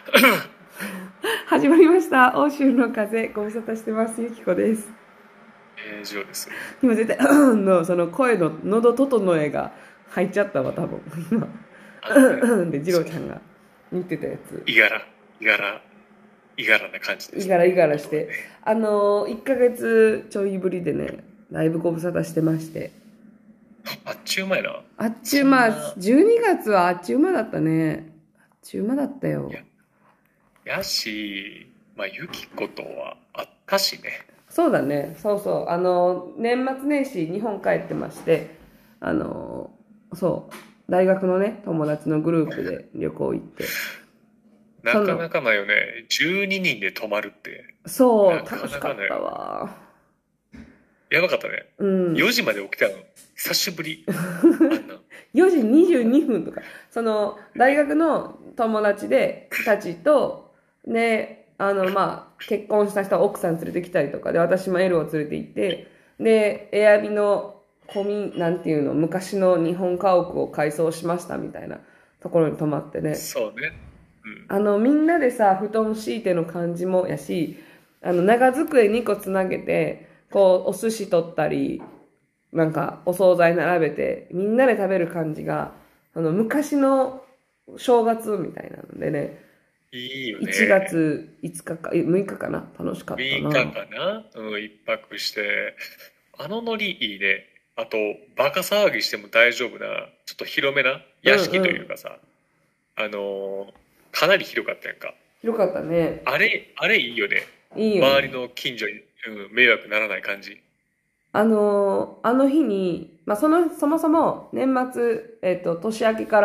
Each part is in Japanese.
始まりました。欧州の風、ご無沙汰してます。ゆきこです。 ジオです。 今絶対、の、その声の喉整えが入っちゃったわ、多分。 あのね、 今、で、次郎そう、 ちゃんが言ってたやつ。 いがら、いがら、いがらな感じですね。 いがらいがらして。 喉がね。 1ヶ月ちょいぶりでね、だいぶご無沙汰してまして。 あっちゅうまいな。 あっちゅう間、 そんな、 12月はあっちゅう間だったね。あっちゅう間だったよ。 いや、やし、まあ、ゆきことはあったしね。 そうだね。そうそう。年末年始日本帰ってまして、あの、そう。大学のね、友達のグループで旅行行って、 なかなかないよね。12人で泊まるって、 そう、 なか楽しかったなかないよ。 わ。 やばかったね。 うん。 4時まで起きたの。久しぶり。あんな。 4時22分とか、大学の友達たちと、ね、結婚した人は奥さん連れてきたりとかで、私もエルを連れて行って、で、エアビのなんていうの、昔の日本家屋を改装しましたみたいなところに泊まってね。 そうね。うん。 みんなでさ、布団敷いての感じもやし、長机2個つなげて、こう、お寿司取ったり、なんか、お惣菜並べて、みんなで食べる感じが、昔の正月みたいなのでね、 いいよ 1 ね。 月5日か、6日かかな、楽しかった 3日な。 かな、うん、一泊して。あのノリいいね。あと、バカ騒ぎしても大丈夫な、ちょっと広めなうん屋敷とうん。 いうかさ、あのーかなり広かったやんか。 広かったね。 あれいいよね。 いいよ周りね。 の近所に、うん、迷惑ならない感じ。 あの日に、そもそも年末、年明けから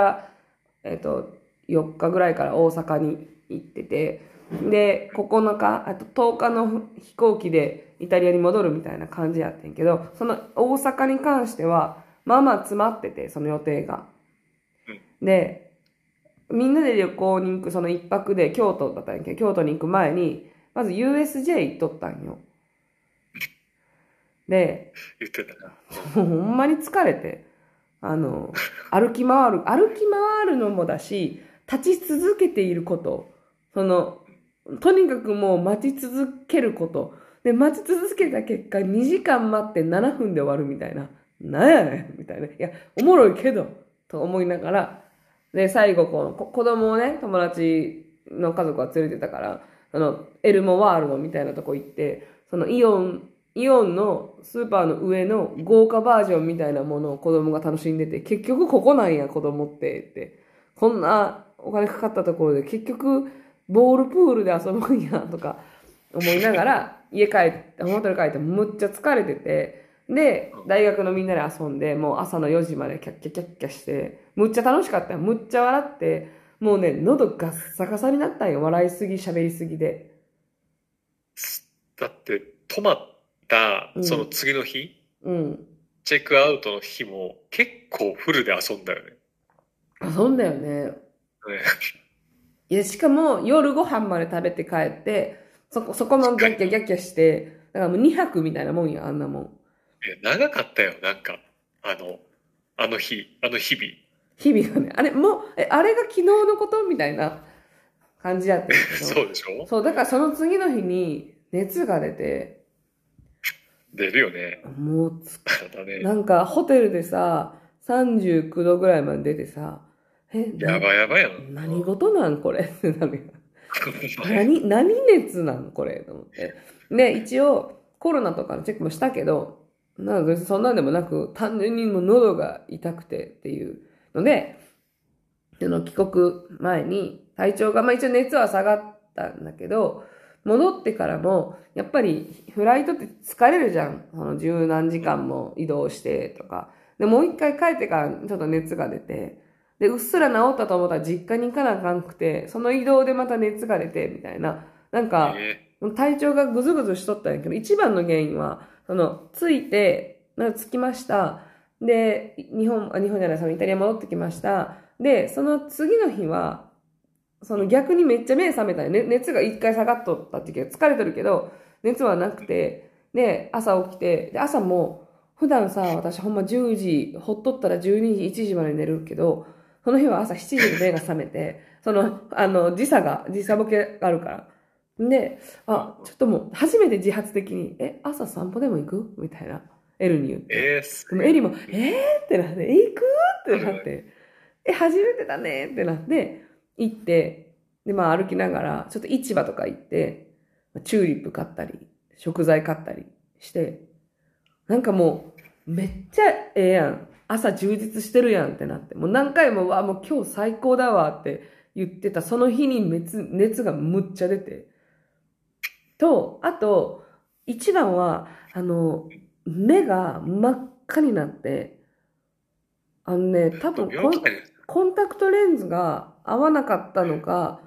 、4日ぐらいから大阪に行ってて、で、9日、あと10日の飛行機でイタリアに戻るみたいな感じやってんけど、その大阪に関しては、まあまあ詰まってて、その予定が。 うん。 で、みんなで旅行に行く、その一泊で京都だったんやけど、京都に行く前に、まず USJ 行っとったんよ。で、 言ってたな。うん。 もうほんまに疲れて、あの、歩き回るのもだし、立ち続けていること、その、とにかくもう待ち続けること、で、待ち続けた結果、2時間待って7分で終わるみたいな、なんやねんみたいな。いや、おもろいけど、と思いながら、で、最後子供をね、友達の家族が連れてたから、エルモワールドみたいなとこ行って、イオンのスーパーの上の豪華バージョンみたいなものを子供が楽しんでて、結局ここなんや子供って。こんなお金かかったところで結局ボールプールで遊ぶんやとか思いながらホテル帰ってむっちゃ疲れてて、で、大学のみんなで遊んで、もう朝の4時までキャッキャキャッキャして、むっちゃ楽しかったよ。むっちゃ笑って、もうね、喉ガッサガサになったんよ。笑いすぎ、喋りすぎで。 だって、泊まったそのうん。 次の日、 うん。 チェックアウトの日も結構フルで遊んだよね。 遊んだよね。 ね。 いや、しかも夜ご飯まで食べて帰って、そこしっもギかりな。 ャッキャギャッキャして、だからもう2泊みたいなもんよ、あんなもん。 長かったよ、なんか。あの、あの日々。 日々がね、あれ、もう、あれが昨日のことみたいな感じやってんけど。 そうでしょ？ そう、だからその次の日に熱が出て、 出るよね。 もうな体ね。 んかホテルでさ、39度ぐらいまで出てさ、 やばやばやん。うん。 何事なんこれってなるよ。 お前。 何熱なんこれと思って。で、一応コロナとかのチェックもしたけど、なんか別にそんなんでもなく、単純にもう喉が痛くてっていうので、帰国前に体調が、まあ一応熱は下がったんだけど、戻ってからも、やっぱりフライトって疲れるじゃん。十何時間も移動してとか。で、もう一回帰ってからちょっと熱が出て、で、うっすら治ったと思ったら実家に行かなあかんくて、その移動でまた熱が出て、みたいな。なんか、 え体調がぐずぐずしとったんやけど、一番の原因は、着いて、着きました。で、日本じゃない、イタリア戻ってきました。で、その次の日は、逆にめっちゃ目覚めたよね。熱が一回下がっとったっていうか、疲れてるけど、熱はなくて、で、朝起きて、で、朝も、普段さ、私ほんま10時、ほっとったら12時、1時まで寝るけど、 その日は朝7時に目が覚めて、時差ボケがあるから。で、ちょっともう、初めて自発的に、朝散歩でも行くみたいな、エルに言って。でもエリも、ってなって、行くってなって、初めてだねってなって、行って、で、まあ歩きながら、ちょっと市場とか行って、チューリップ買ったり、食材買ったりして、なんかもう、めっちゃええやん。朝充実してるやんってなって。もう何回も、もう今日最高だわって言ってた、その日に熱がむっちゃ出て。と、あと、一番は、目が真っ赤になって、多分コンタクトレンズが合わなかったのか、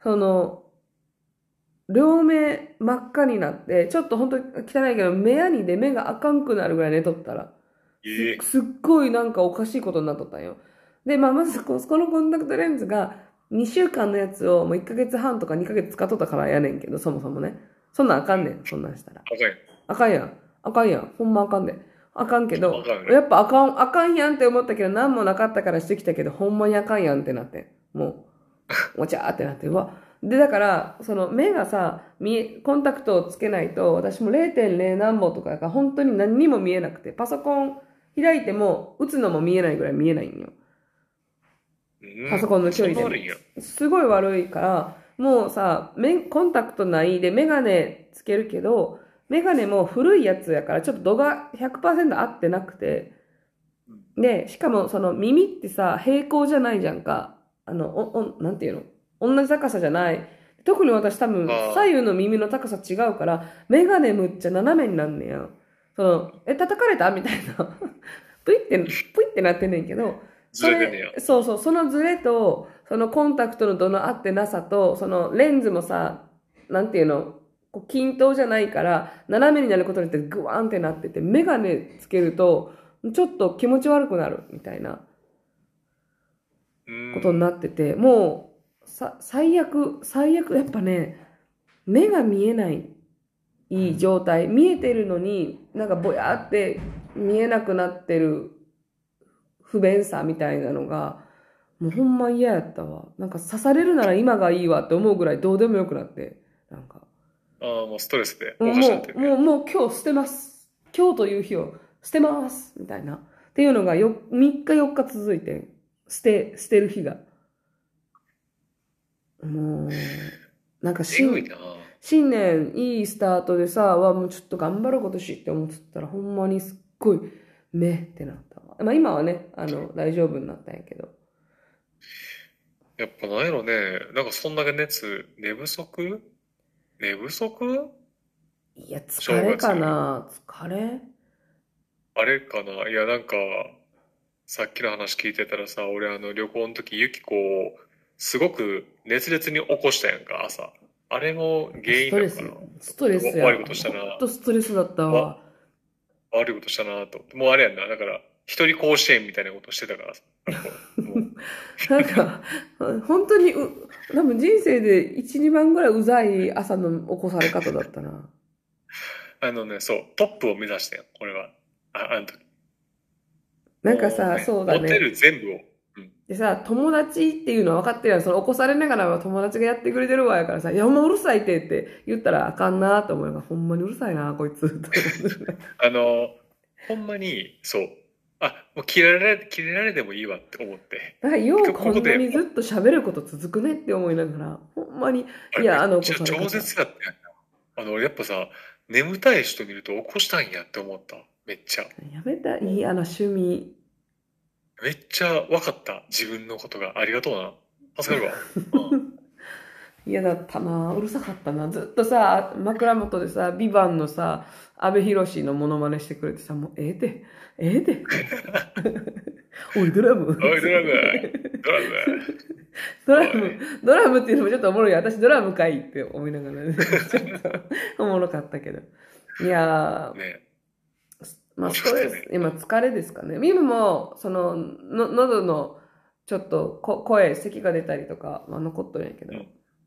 両目真っ赤になって、ちょっと本当に汚いけど、目やにで目があかんくなるぐらい寝とったら、すっごいなんかおかしいことになっとったんよ。で、まずこのコンタクトレンズが、2週間のやつをもう1ヶ月半とか2ヶ月使っとったからやねんけど、そもそもね。そんなんあかんねん、そんなんしたら。あかんやん。あかんやん。ほんまあかんで。あかんけど、やっぱあかんやんって思ったけど、何もなかったからしてきたけど、ほんまにあかんやんってなって。もう、おちゃーってなって、うわ。で、だから、目がさ、コンタクトをつけないと、私も 0.0 何本とかだから、本当に何にも見えなくて、パソコン開いても、打つのも見えないぐらい見えないんよ。パソコンの距離でも。すごい悪いから、もうさ、コンタクトないで、メガネつけるけど、メガネも古いやつやから、ちょっと度が 100% 合ってなくて、で、しかも耳ってさ、平行じゃないじゃんか。なんていうの？同じ高さじゃない。特に私多分、左右の耳の高さ違うから、メガネむっちゃ斜めになんねや。叩かれたみたいな。ぷいってなってんねんけど、そのズレと、そのコンタクトの度の合ってなさと、そのレンズもさ、なんていうの、均等じゃないから、斜めになることによってグワーンってなってて、メガネつけると、ちょっと気持ち悪くなるみたいなことになってて、もう、最悪、やっぱね、目が見えないいい状態、見えてるのになんかぼやって見えなくなってる不便さみたいなのが、もうほんま嫌やったわ。なんか刺されるなら今がいいわって思うぐらいどうでもよくなって、なんか。 もうストレスで。 もう今日捨てます。今日という日を捨てます。みたいな。っていうのが3日4日続いて、捨てる日が。もう、なんか新年いいスタートでさ、もうちょっと頑張ることしって思ってたら、ほんまにすっごい、目ってなったわ。まあ今はね、大丈夫になったんやけど。 やっぱなんやろね、なんかそんだけ寝不足いや、疲れかな？疲れあれかな。いや、なんか、さっきの話聞いてたらさ、俺旅行の時、ユキコをすごく熱烈に起こしたやんか、朝。あれも原因なのかな。 ストレスや。 悪いことしたな。 ほんとストレスだったわ。 悪いことしたなと。もうあれやんな。だから、一人甲子園みたいなことしてたからさ。 なんか、本当に多分人生で1、2番ぐらいうざい朝の起こされ方だったな。 そう、トップを目指したよ、俺は。あの時。 なんかさ、そうだね。 持てる全部を。 でさ、友達っていうのは分かってるやん。起こされながらは友達がやってくれてるわやからさ、いや、もううるさいって言ったらあかんなと思うが、ほんまにうるさいな、こいつ。 ほんまに、そう。もう切れられてもいいわって思って。 なんかようこんなにずっと喋ること続くねって思いながら、ほんまに、いや、 起こされ方。超絶やったやんな。やっぱさ、眠たい人見ると起こしたんやって思った。めっちゃ。 やめた、嫌な趣味。 めっちゃ分かった。自分のことが。ありがとうな。助かるわ。 嫌だったな。うるさかったな。ずっとさ、枕元でさ、ビバンのさ、阿部寛のモノマネしてくれてさ、もうええで。おい、ドラム。 おい、ドラム。 ドラムっていうのもちょっとおもろい。私ドラムかいって思いながらね。ちょっとおもろかったけど。いやー。ね、まあストレス、今疲れですかね。今も、喉のちょっと咳が出たりとか、残っとるんやけど。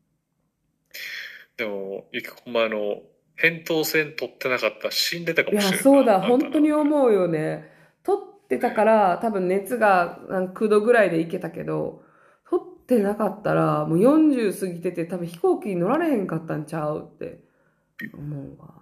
でも、ゆきこま扁桃腺取ってなかったら死んでたかもしれない。 いや、そうだ、本当に思うよね。取ってたから、多分熱が9度ぐらいで行けたけど、取ってなかったら、もう40過ぎてて、多分飛行機に乗られへんかったんちゃうって思うわ。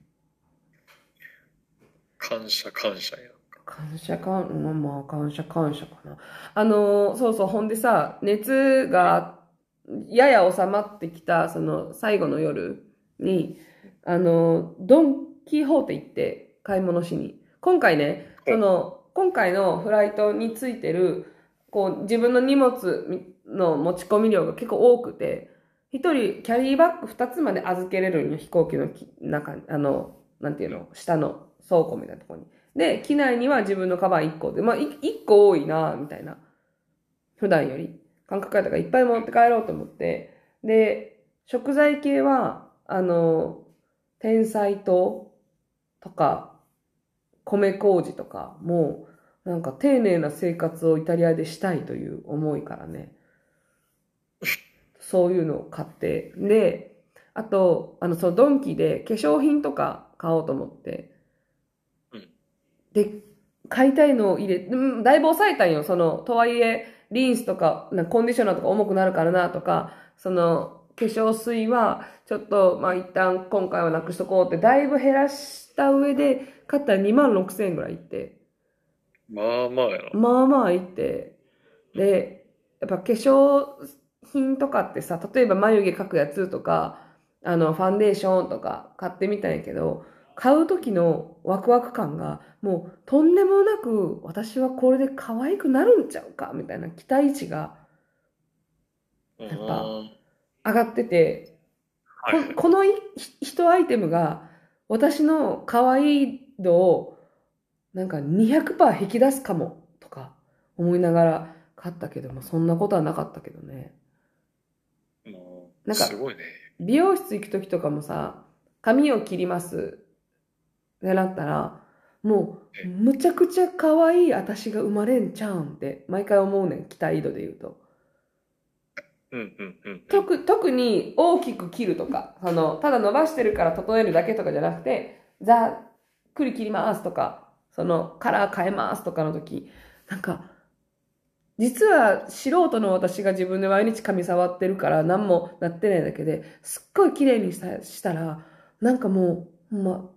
感謝感謝やんか。 感謝まあ感謝感謝かな。そうそう、ほんでさ、熱がやや収まってきた、その最後の夜に、ドン・キホーテ行って買い物しに。今回ね、今回のフライトについてる、こう、自分の荷物の持ち込み量が結構多くて、一人キャリーバッグ二つまで預けれるんよ、飛行機の中に、なんていうの、下の倉庫みたいなところに。で、機内には自分のカバン1個で、まあ、1個多いな、みたいな。普段より。感覚やったからいっぱい持って帰ろうと思って。で、食材系は、天才糖とか、米麹とか、もう、なんか丁寧な生活をイタリアでしたいという思いからね。そういうのを買って。で、あと、そのドンキで化粧品とか買おうと思って。で、買いたいのを入れ、だいぶ抑えたんよ。とはいえ、リンスとか、コンディショナーとか重くなるからなとか、化粧水は、ちょっと、まあ一旦今回はなくしとこうって、だいぶ減らした上で、買ったら2万6千円ぐらいいって。 まあまあやな。 まあまあいって。で、やっぱ化粧品とかってさ、例えば眉毛描くやつとか、ファンデーションとか買ってみたんやけど、買う時のワクワク感が、もうとんでもなく私はこれで可愛くなるんちゃうかみたいな期待値が、やっぱ上がってて、この一アイテムが私の可愛い度をなんか200%引き出すかもとか思いながら買ったけども、そんなことはなかったけどね。なんかすごいね。 美容室行く時とかもさ、髪を切りますってなったら、もうむちゃくちゃ可愛い私が生まれんちゃうんって毎回思うねん、期待度で言うと。特に大きく切るとか、ただ伸ばしてるから整えるだけとかじゃなくて、ざっくり切りますとか、カラー変えますとかの時、なんか、実は素人の私が自分で毎日髪触ってるから何もなってないだけで、すっごい綺麗にしたら、なんかもう、ほんま、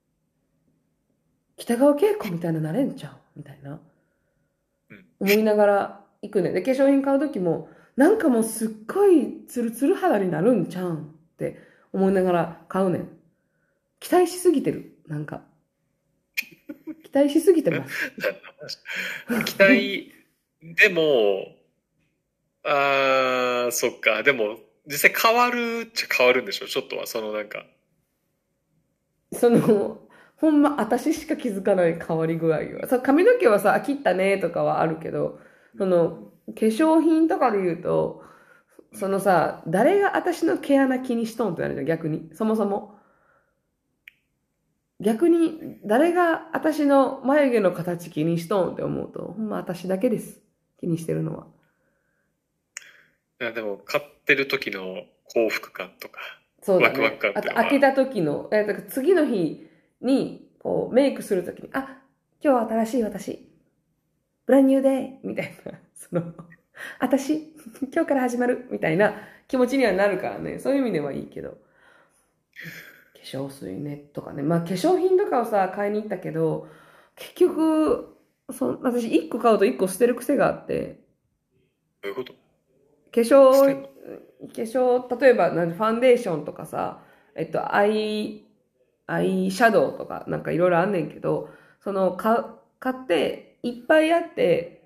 北川景子みたいななれんちゃうみたいな。思いながら行くね。で、化粧品買う時も、なんかもうすっごいツルツル肌になるんちゃうんって思いながら買うねん。期待しすぎてる。なんか。期待しすぎてます。 期待、でも、そっか。でも、実際変わるっちゃ変わるんでしょちょっとは、なんか。 ほんま私しか気づかない変わり具合は。髪の毛はさ、切ったねとかはあるけど、化粧品とかで言うと、誰が私の毛穴気にしとんってなるじゃん、逆に。そもそも。逆に、誰が私の眉毛の形気にしとんって思うと、ほんま私だけです。気にしてるのは。 いや、でも、買ってる時の幸福感とか、 そうだワクワクね。あと、 感っていうのは、 開けた時の、だから次の日に、こう、メイクする時に、あ、今日は新しい私。ブランニューデイみたいな、私、今日から始まるみたいな気持ちにはなるからね。そういう意味ではいいけど。化粧水ね、とかね。まあ、化粧品とかをさ、買いに行ったけど、結局、私1個買うと1個捨てる癖があって、 どういうこと化粧、例えば、ファンデーションとかさ、アイシャドウとか、なんかいろいろあんねんけど、買って、いっぱいあって、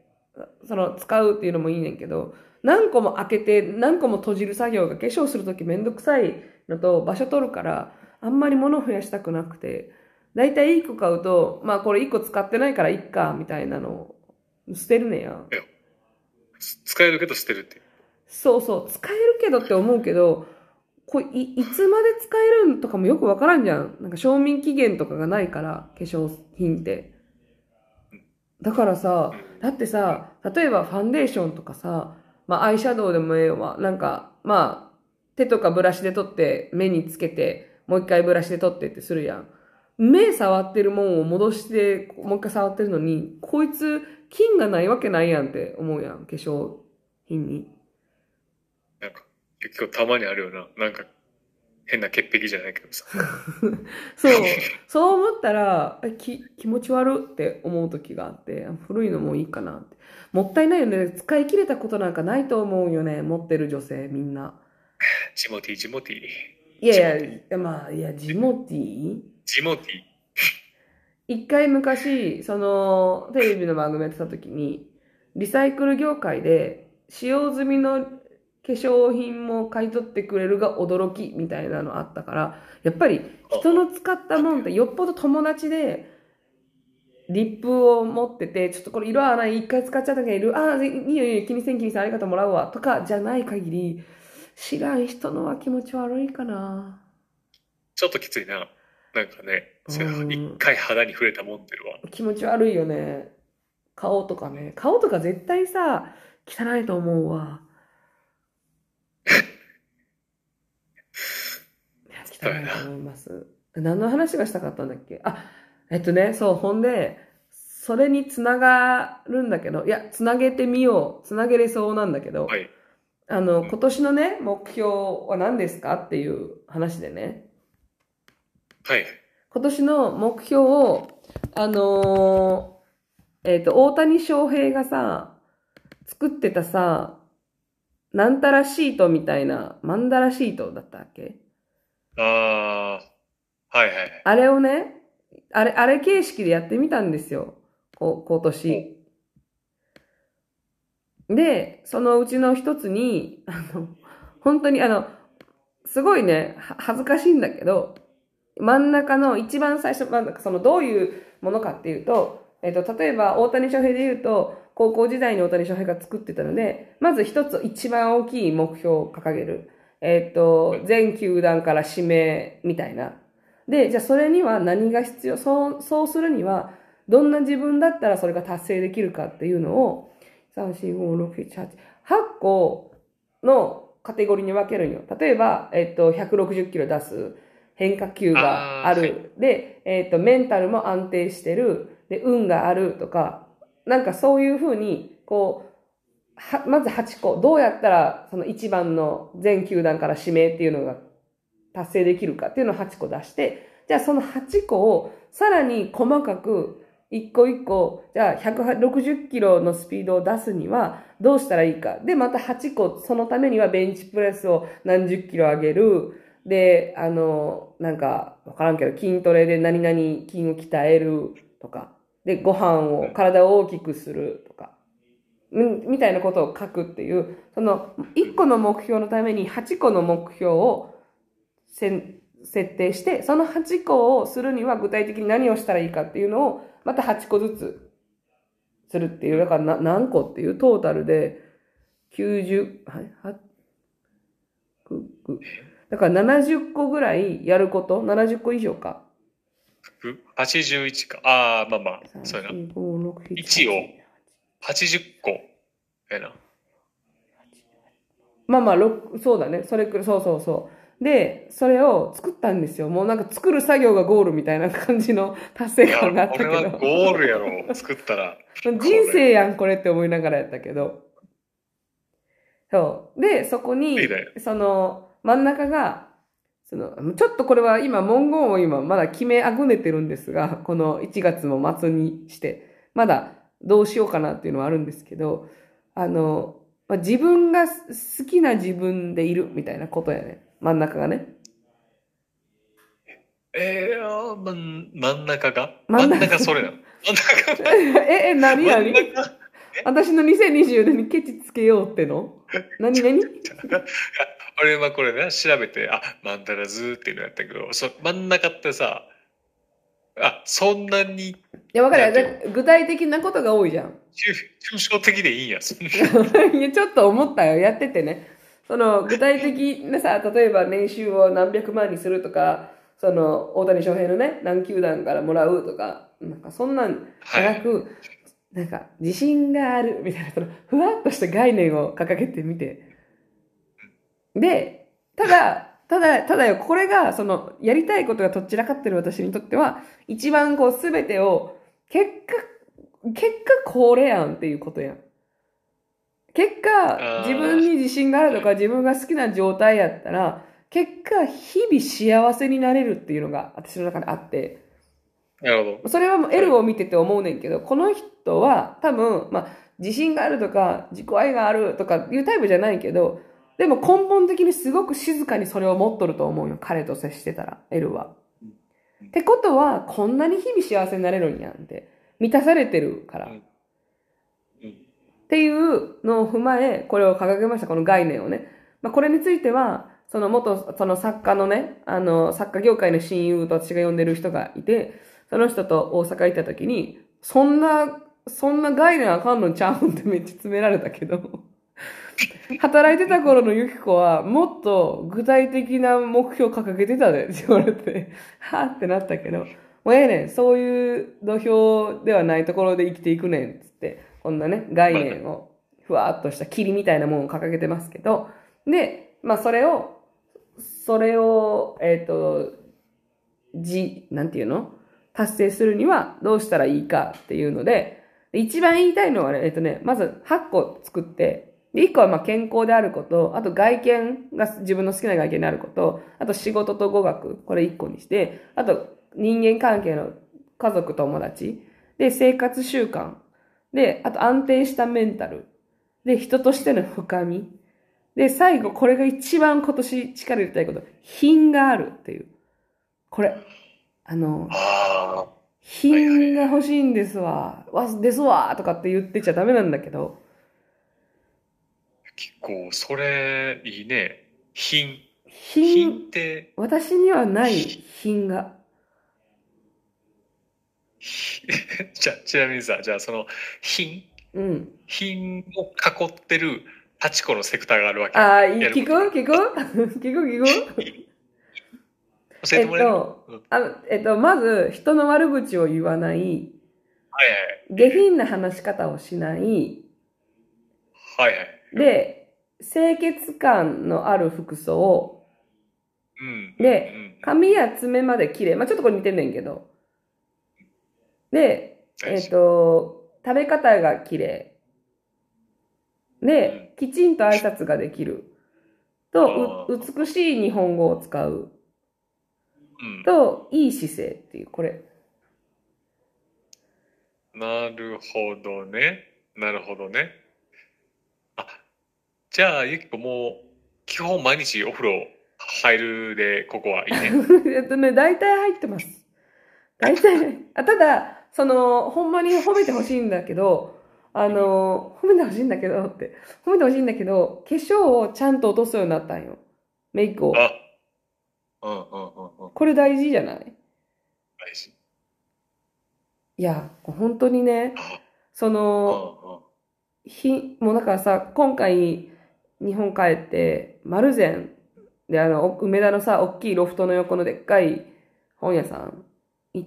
使うっていうのもいいねんけど、何個も開けて、何個も閉じる作業が化粧するときめんどくさいのと場所取るから、あんまり物を増やしたくなくて、だいたい1個買うと、まあこれ1個使ってないからいっか、みたいなのを捨てるねや。 いや、使えるけど捨てるっていう。 そうそう、使えるけどって思うけど、いつまで使えるんとかもよくわからんじゃん。なんか賞味期限とかがないから、化粧品って。だからさ、だってさ、例えばファンデーションとかさ、まあアイシャドウでもええわ。なんか、まあ、手とかブラシで取って目につけて、もう一回ブラシで取ってってするやん。 目触ってるもんを戻して、もう一回触ってるのに、こいつ、菌がないわけないやんって思うやん、化粧品に。 なんか、結構たまにあるよな。なんか、変な潔癖じゃないけどさ。 そう、そう思ったら、気持ち悪って思う時があって、古いのもいいかなって。もったいないよね。使い切れたことなんかないと思うよね。持ってる女性、みんな。 ジモティー、ジモティー。 いやジモティー。 いや、まあ、いや、ジモティージモティー。 一回昔、テレビの番組やってた時に、リサイクル業界で、使用済みの化粧品も買い取ってくれるが驚きみたいなのあったから、やっぱり人の使ったもんってよっぽど友達で、リップを持ってて、ちょっとこれ色合わない、一回使っちゃったけど、いいよいいよ、気にせん気にせん、ありがとうもらうわ、とかじゃない限り、知らん人のは気持ち悪いかな。 ちょっときついな。なんかね、 う一ん、 回肌に触れたもんでるわ。 気持ち悪いよね。顔とかね。顔とか絶対さ、汚いと思うわ。いや、 そうやな。 汚いと思います。何の話がしたかったんだっけ。そう、ほんで、それにつながるんだけど、いや、つなげてみよう。つなげれそうなんだけど、 はい。 今年のね、目標は何ですかっていう話でね。 はい。 今年の目標を、大谷翔平がさ、作ってたさ、なんたらシートみたいな、マンダラシートだったっけ。 あー、はいはい。 あれをね、あれ形式でやってみたんですよ。今お、 年。で、そのうちの一つに、本当にすごいね、恥ずかしいんだけど、真ん中の一番最初、どういうものかっていうと、例えば大谷翔平で言うと、高校時代に大谷翔平が作ってたので、まず一つ一番大きい目標を掲げる。全球団から指名みたいな。で、じゃあそれには何が必要、そうするには、どんな自分だったらそれが達成できるかっていうのを、3、4、5、6、7、8、8個のカテゴリーに分けるんよ。例えば、160キロ出す。変化球があはい。 る。で、メンタルも安定してる。で、運があるとか、なんかそういうふうに、まず8個。どうやったら、その1番の全球団から指名っていうのが達成できるかっていうのを8個出して、じゃあその8個をさらに細かく一個一個、じゃあ160キロのスピードを出すにはどうしたらいいか。で、また8個、そのためにはベンチプレスを何十キロ上げる。で、なんか、わからんけど、筋トレで何々筋を鍛えるとか。で、ご飯を、体を大きくするとか。みたいなことを書くっていう、その1個の目標のために8個の目標を設定して、その8個をするには具体的に何をしたらいいかっていうのを、また8個ずつするっていう、だから何個っていうトータルで90、だから70個ぐらいやること、70個以上か。 81か。あー、まあまあ、 3、 そうやな。 4、5、6、7、 1を 8。 80個。やな。 まあまあ、そうだね。そうそうそう。で、それを作ったんですよ。もうなんか作る作業がゴールみたいな感じの達成いや、 感があっこれはたけど。 ゴールやろ。作ったら。 人これ。 生やん、これって思いながらやったけど。そう。で、そこに、 いいだよ。 真ん中が、ちょっとこれは今、文言を今、まだ決めあぐねてるんですが、この1月も末にして、まだどうしようかなっていうのはあるんですけど、自分が好きな自分でいるみたいなことやね。真ん中がね。 真ん中が真ん中。 真ん中それなの。真ん中が何真ん何中私の2024年にケチつけようっての何何い俺はこれね、調べて、マンダラズっていうのやったけど、真ん中ってさ、そんなに、 や、わかるよ。 なんていうの、 具体的なことが多いじゃん。 抽象的でいいんや。 いや、ちょっと思ったよ。やっててね。具体的なさ、例えば年収を何百万にするとか、大谷翔平のね、何球団からもらうとか、なんかそんなんじはい。 ゃなく、なんか、自信があるみたいな、ふわっとした概念を掲げてみて。で、ただ、 ただよ、これが、やりたいことがとっちらかってる私にとっては、一番こう、すべてを、結果これやんっていうことやん。結果、自あ分に自信があるとか、 はい。 自分が好きな状態やったら、結果、日々幸せになれるっていうのが、私の中であって、 なるほど。 それはもうは L い。 を見てて思うねんけど、この人は多分、自信があるとか、自己愛があるとかいうタイプじゃないけど、でも根本的にすごく静かにそれを持っとると思うよ。彼と接してたら、L は。 うん。うん。 ってことは、こんなに日々幸せになれるんやんって。満たされてるから。っうん。うん。 ていうのを踏まえ、これを掲げました、この概念をね。これについては、その作家のね、作家業界の親友と私が呼んでる人がいて、その人と大阪行った時に、そんな概念あかんのちゃうんってめっちゃ詰められたけど、働いてた頃のユキコはもっと具体的な目標掲げてたでって言われて、はぁってなったけど、もうええねん、そういう土俵ではないところで生きていくねんっつって、こんなね、概まあな。 念をふわっとした霧みたいなものを掲げてますけど、で、それを、なんていうの達成するにはどうしたらいいかっていうので、一番言いたいのはね、まず8個作って、で、1個は健康であること、あと外見が自分の好きな外見であること、あと仕事と語学、これ1個にして、あと人間関係の家族友達、で、生活習慣、で、あと安定したメンタル、で、人としての深み、で、最後、これが一番今年力入れたいこと、品があるっていう。これ、あの、 ああ。はいはいはい。 品が欲しいんですわ、ですわ、とかって言ってちゃダメなんだけど、 結構、それ、いいね。品。品っ品、 て、 私にはないひ品が。 ちなみにさ、じゃあその、品うん。 品を囲ってる8個のセクターがあるわけやんか。 ああ、 やることが。 聞く聞く聞く教えてもらえる？うん。 まず、人の悪口を言わない、 はいはい。 下品な話し方をしない、 はいはい。うん。 で、清潔感のある服装、 うん。うん。うん。 で、 うん。 髪や爪まで綺麗。ちょっとこれ似てんねんけど。で、 大事。 食べ方が綺麗。 うん。 で、きちんと挨拶ができる。と、 ああ。 美しい日本語を使う。 うん。 と、いい姿勢っていう、これ。 なるほどね。なるほどね。あ、じゃあ、ゆきこもう、基本毎日お風呂入るで、ここはいいね。 大体入ってます。大体、ただ、ほんまに褒めてほしいんだけど、 うん。 褒めてほしいんだけどって、褒めてほしいんだけど、化粧をちゃんと落とすようになったんよ。メイクあ、 を。 うんうんうんうんうん。 これ大事じゃない？ 大事。 いや、本当にね、 あ、 そうんの、 うん。 もうだからさ、今回、日本帰って、丸善で、梅田のさ、大きいロフトの横のでっかい本屋さん行って、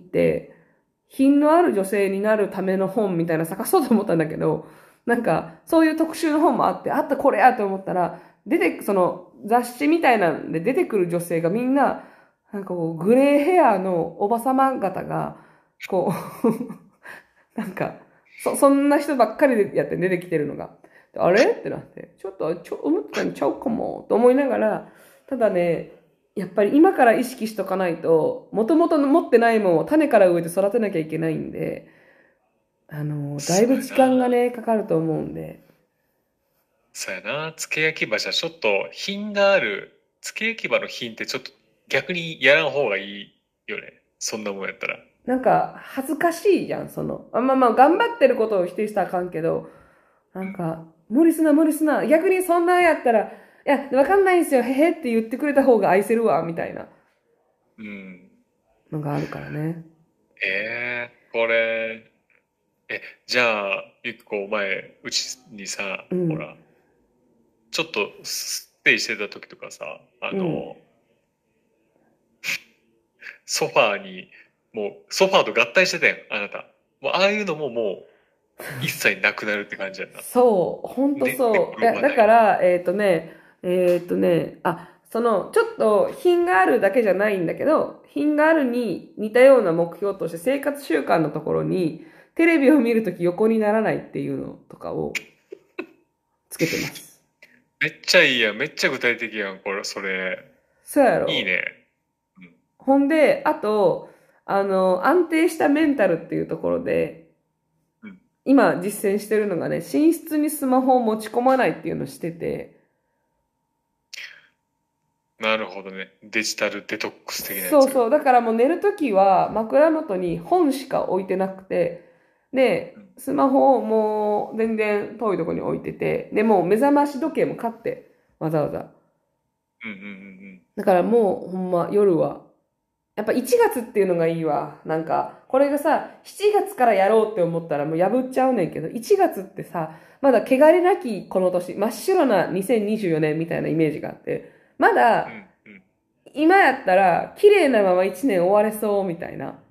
品のある女性になるための本みたいな探そうと思ったんだけど、なんか、そういう特集の本もあって、あったこれやと思ったら、雑誌みたいなんで出てくる女性がみんな、なんかこう、グレーヘアのおばさま方が、こう、なんか、そんな人ばっかりでやって出てきてるのが。あれってなって、思ってたんちゃうかも、と思いながら、ただね、やっぱり今から意識しとかないと、もともと持ってないもんを種から植えて育てなきゃいけないんで、だいそうやぶ時間がな。 ね、かかると思うんで。 そうやな。付け焼き場じゃちょっと品がある、付け焼き場の品ってちょっと逆にやらん方がいいよね。そんなもんやったら。 なんか、恥ずかしいじゃん、頑張ってることを否定したらあかんけど、なんか、無理すな、無理すな。逆にそんなんやったら、いや、わかんないんすよ、へへって言ってくれた方が愛せるわ、みたいなうん。 のがあるからね。 これ、じゃあ、ゆきこ、お前、うちにさ、 うん、 ほら、ちょっとステイしてた時とかさ、 うん。 ソファーに、もう、ソファーと合体してたやん、あなた。もう、ああいうのももう、一切なくなるって感じやんな。 そう、ほんとで、 そう。いや、 車ない。 だから、 その、ちょっと品があるだけじゃないんだけど、品があるに似たような目標として生活習慣のところに、テレビを見るとき横にならないっていうのとかをつけてます。 めっちゃいいやん。めっちゃ具体的やん、これ、それ。 そうやろ。 いいね。うん。 ほんで、あと、安定したメンタルっていうところで、 うん。 今実践してるのがね、寝室にスマホを持ち込まないっていうのをしてて、 なるほどね。デジタルデトックス的なやつ。 そうそう。だからもう寝るときは枕元に本しか置いてなくて、で、 うん。 スマホをもう全然遠いところに置いてて、で、もう目覚まし時計も買って、わざわざ。 うんうんうんだからもうほんま夜は、やっぱ1月っていうのがいいわ。なんか、これがさ、7月からやろうって思ったらもう破っちゃうねんけど、1月ってさ、まだ汚れなきこの年、真っ白な2024年みたいなイメージがあって、まうん。 だうんうん。 今やったら綺麗なまま1年終われそうみたいな。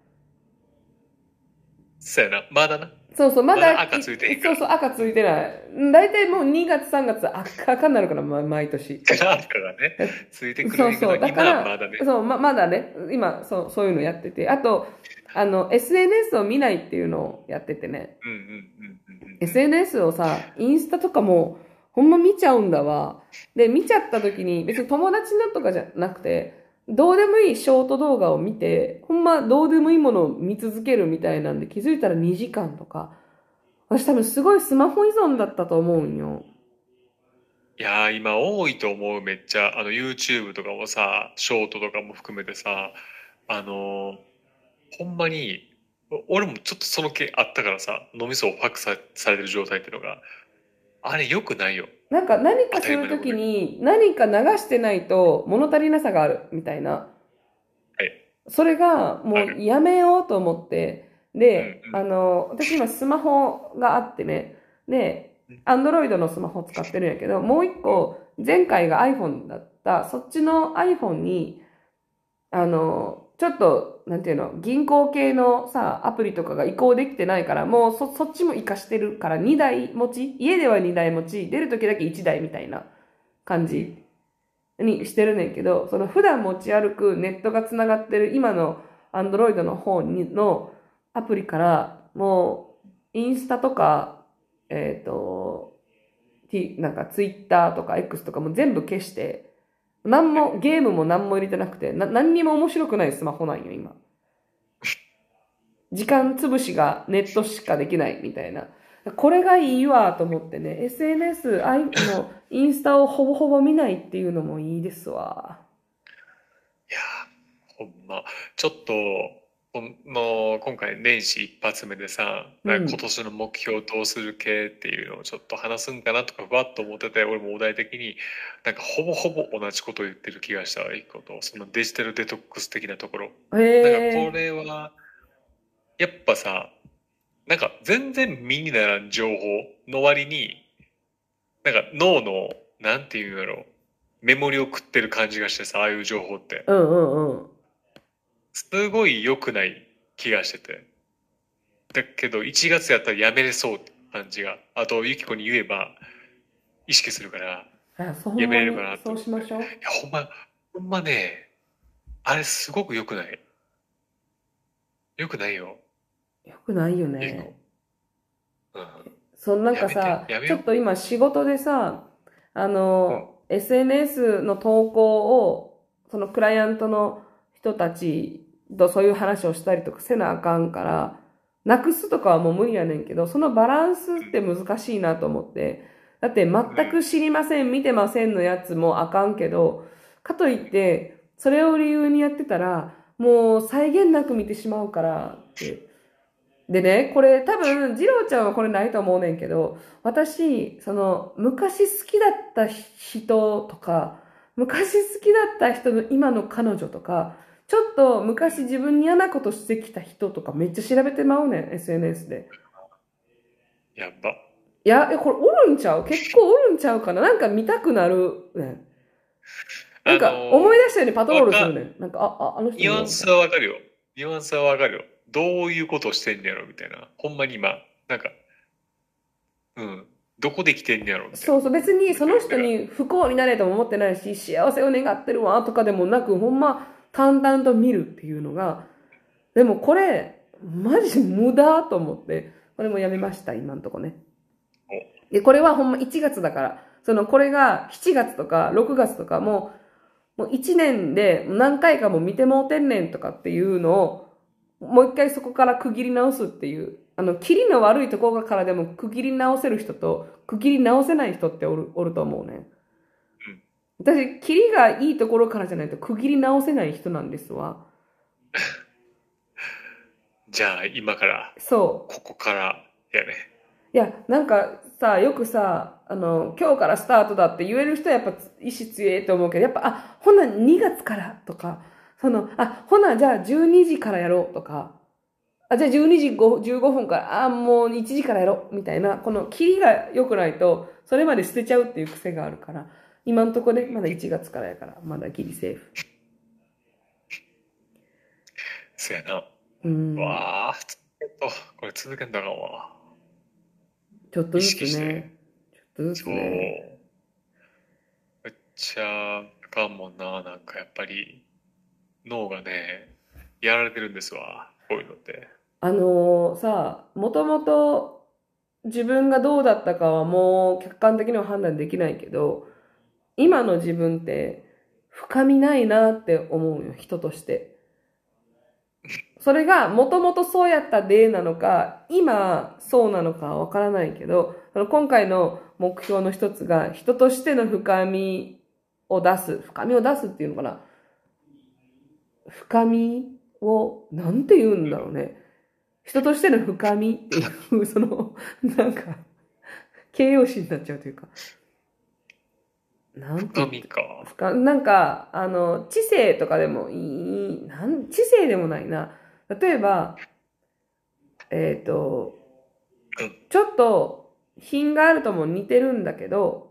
そうやな。まだな。 そうそう、ままだだ赤ついてへんから。 そうそう、赤ついてない。だいたいもう2月3月赤赤になるから、毎年。 赤がね、ついてくるんやけど、 そうそう。だか今はまら、 だね。 そう、まだね、今、そういうのやってて。あと、SNS を見ないっていうのをやっててね。 うんうんうんうんうんうん。 SNS をさ、インスタとかも、ほんま見ちゃうんだわ。で、見ちゃった時に、別に友達のとかじゃなくて、どうでもいいショート動画を見て、ほんまどうでもいいものを見続けるみたいなんで、気づいたら2時間とか。私多分すごいスマホ依存だったと思うんよ。 いやー、今多いと思う、めっちゃ。YouTube とかもさ、ショートとかも含めてさ、あのほんまに、俺もちょっとその気あったからさ、脳みそをパックされてる状態っていうのが、あれ良くないよ。 なんか何当かするとたり前のことに。 きに何か流してないと物足りなさがあるみたいな。 はい。 それがもうある。 やめようと思って、 うんうで、 ん。 私今スマホがあってね、で、 うんアンドロイドのスマホを使ってるんやけど、もう一個、前回が iPhone だった、そっちの iPhone に、ちょっと、なんていうの、銀行系のさ、アプリとかが移行できてないから、もうそっちも活かしてるから2台持ち、家では2台持ち、出るときだけ1台みたいな感じにしてるねんけど、その普段持ち歩くネットがつながってる今の Android の方のアプリから、もう、インスタとか、なんか Twitter とか X とかも全部消して、ゲームも何も入れてなくて、何にも面白くないスマホなんよ、今。時間潰しがネットしかできないみたいな。これがいいわと思ってね、SNS、インスタをほぼほぼ見ないっていうのもいいですわ。 いやー、ほんま。ちょっと、今回年始一発目でさ、なんか今うん。 年の目標どうする系っていうのをちょっと話すんかなとかふわっと思ってて、俺もお題的になんかほぼほぼ同じことを言ってる気がしたわ、一個と、そのデジタルデトックス的なところ。 へなんかこえ。 れは、やっぱさ、なんか全然身にならん情報の割に、なんか脳の、なんていうんやろ、メモリを食ってる感じがしてさ、ああいう情報って。 うんうんうん。 すごい良くない気がしてて。だけど、1月やったらやめれそうって感じが。あと、ゆきこに言えば、意識するから、 ほやめれるかんまに、そうなと思って。いしましょや、ほんまね、あれすごく良くない。良くないよ、 う。よくないよゆきこ。 ね。 うん。 なんやめて、 かさ、 やめよちょっと今仕事でさ、 う。うん。 SNS の投稿を、そのクライアントの人たちとそういう話をしたりとかせなあかんから、なくすとかはもう無理やねんけど、そのバランスって難しいなと思って。だってうん。 全く知りません、見てませんのやつもあかんけど、かといって、それを理由にやってたら、もう際限なく見てしまうからって。でね、これ多分、次郎ちゃんはこれないと思うねんけど、私、昔好きだった人とか、昔好きだった人の今の彼女とか、ちょっと昔自分に嫌なことしてきた人とかめっちゃ調べてまうねん、SNS で。 やっば。 いや、これおるんちゃう結構おるんちゃうかななんか見たくなるねん。なんあのか思い出したようにパトロールするわか、 ねん。なんか、あの人ニュアンス見ようみたいな。 はわかるよ。ニュアンスはわかるよ。どういうことをしてんねやろみたいな。ほんまに今、なんか、うん。 どこで来てんねやろみたいな。 そうそう、別にその人に不幸になれとも思ってないし、幸せを願ってるわとかでもなく、ほんま淡々と見るっていうのが、でもこれ、マジ無駄と思って、これもやめました、今んとこね。で、これはほんま1月だから、これが7月とか6月とかもう1年で何回かも見てもうてんねんとかっていうのを、もう一回そこから区切り直すっていう、切りの悪いところからでも区切り直せる人と、区切り直せない人っておると思うね。私、切りがいいところからじゃないと区切り直せない人なんですわ。 じゃあ今から、 そう。 ここからやね。 いや、なんかさ、よくさ、今日からスタートだって言える人はやっぱ意志強いと思うけど、やっぱ、ほな2月からとか、ほなじゃあ12時からやろうとか、じゃあ12時15分から、もう1時からやろうみたいな、この切りが良くないと、それまで捨てちゃうっていう癖があるから、今んとこね、まだ1月からやから、まだギリセーフ。 そやな。 うん。 わあ、これ続けんだかわ。 ちょっとず意識して。 つね。ちょっとずつそう。 ね。 めっちゃあかんもんな。なんかやっぱり脳がね、やられてるんですわ。こういうのって。 もともと自分がどうだったかはもう客観的には判断できないけど、今の自分って深みないなって思うよ、人として。それがもともとそうやった例なのか、今そうなのかはわからないけど、今回の目標の一つが人としての深みを出す。深みを出すっていうのかな。深みを、なんて言うんだろうね。人としての深みっていう、なんか、形容詞になっちゃうというか。なんて言って深みか。 なんか、知性とかでもいい、知性でもないな。例えば、ちょっと品があるとも似てるんだけど、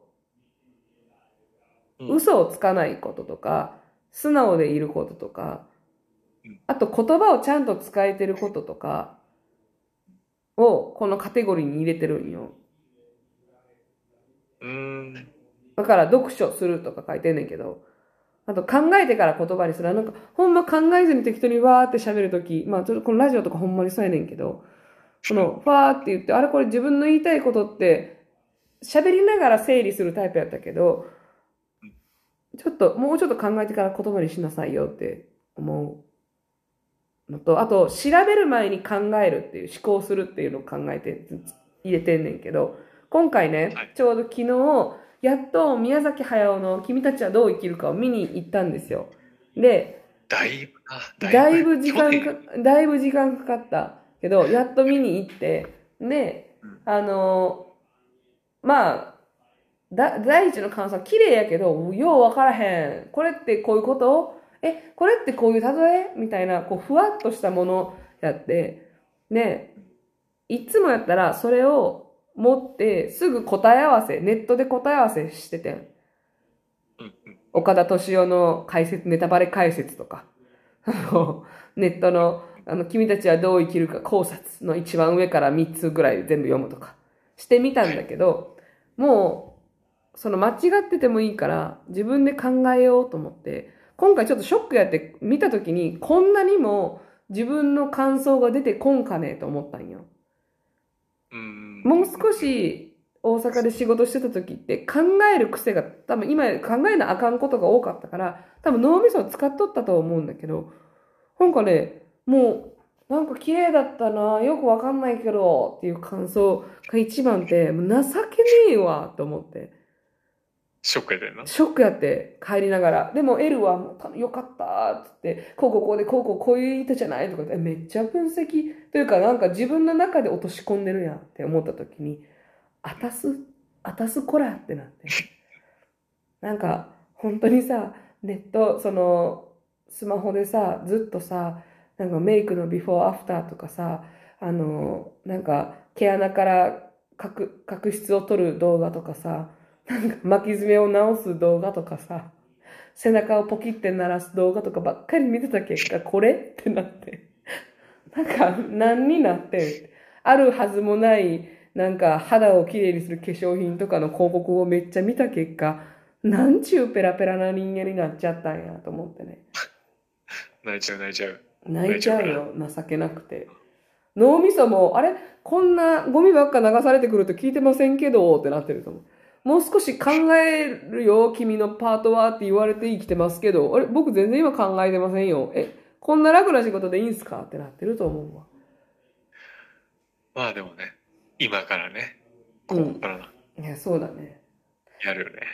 うん。 嘘をつかないこととか、素直でいることとか、 うんあと言葉をちゃんと使えてることとかをこのカテゴリーに入れてるんよ。 うーん。 だから読書するとか書いてんねんけど、あと考えてから言葉にする。なんかほんま考えずに適当にわーって喋るとき、まあちょっとこのラジオとかほんまにそうやねんけど、ファーって言って、あれこれ自分の言いたいことって喋りながら整理するタイプやったけど、もうちょっと考えてから言葉にしなさいよって思うのと、あと調べる前に考えるっていう、思考するっていうのを考えて入れてんねんけど、今回ね、ちょうど昨日、やっと宮崎駿の君たちはどう生きるかを見に行ったんですよ。で、 だいぶな、 だいぶ時去年。 間か、だいぶ時間かかったけど、やっと見に行って、で、まあ、第一の感想は綺麗やけど、ようわからへん。これってこういうこと？これってこういう例えみたいな、こう、ふわっとしたものやって、ね、いつもやったらそれを持ってすぐ答え合わせ、ネットで答え合わせしててん。岡田敏夫の解説、ネタバレ解説とか、ネットの、君たちはどう生きるか考察の一番上から3つぐらい全部読むとかしてみたんだけど、もう、間違っててもいいから自分で考えようと思って、今回ちょっとショックやって見た時にこんなにも自分の感想が出てこんかねと思ったんよ。もう少し大阪で仕事してた時って考える癖が多分今考えなあかんことが多かったから多分脳みそを使っとったと思うんだけど、なんかね、もうなんか綺麗だったな、よくわかんないけどっていう感想が一番ってもう情けねえわと思って。 ショックやでな。 ショックやって帰りながら。でも L はもうよかったって言って、こうこうこうでこうこうこういう人じゃないとかってめっちゃ分析というかなんか自分の中で落とし込んでるやんって思った時に、あたすこらってなって。なんか本当にさ、ネット、スマホでさ、ずっとさ、なんかメイクのビフォーアフターとかさ、なんか毛穴から角質を取る動画とかさ、なんか巻き爪を直す動画とかさ、背中をポキって鳴らす動画とかばっかり見てた結果、これってなって。なんか、何になって、あるはずもない、 なんか肌をきれいにする化粧品とかの広告をめっちゃ見た結果、なんちゅうペラペラな人間になっちゃったんやと思ってね。 泣いちゃう泣いちゃう。 泣いち泣いちゃうから。 ゃうよ、情けなくて。脳みそも、あれこんなゴミばっか流されてくると聞いてませんけど、ってなってると思う。もう少し考えるよ、君のパートはって言われて生きてますけど、あれ僕全然今考えてませんよ。こんな楽な仕事でいいんすかってなってると思うわ。 まあでもね、今からね、ここうん。 からな、 いや、そうだね。 やるよね。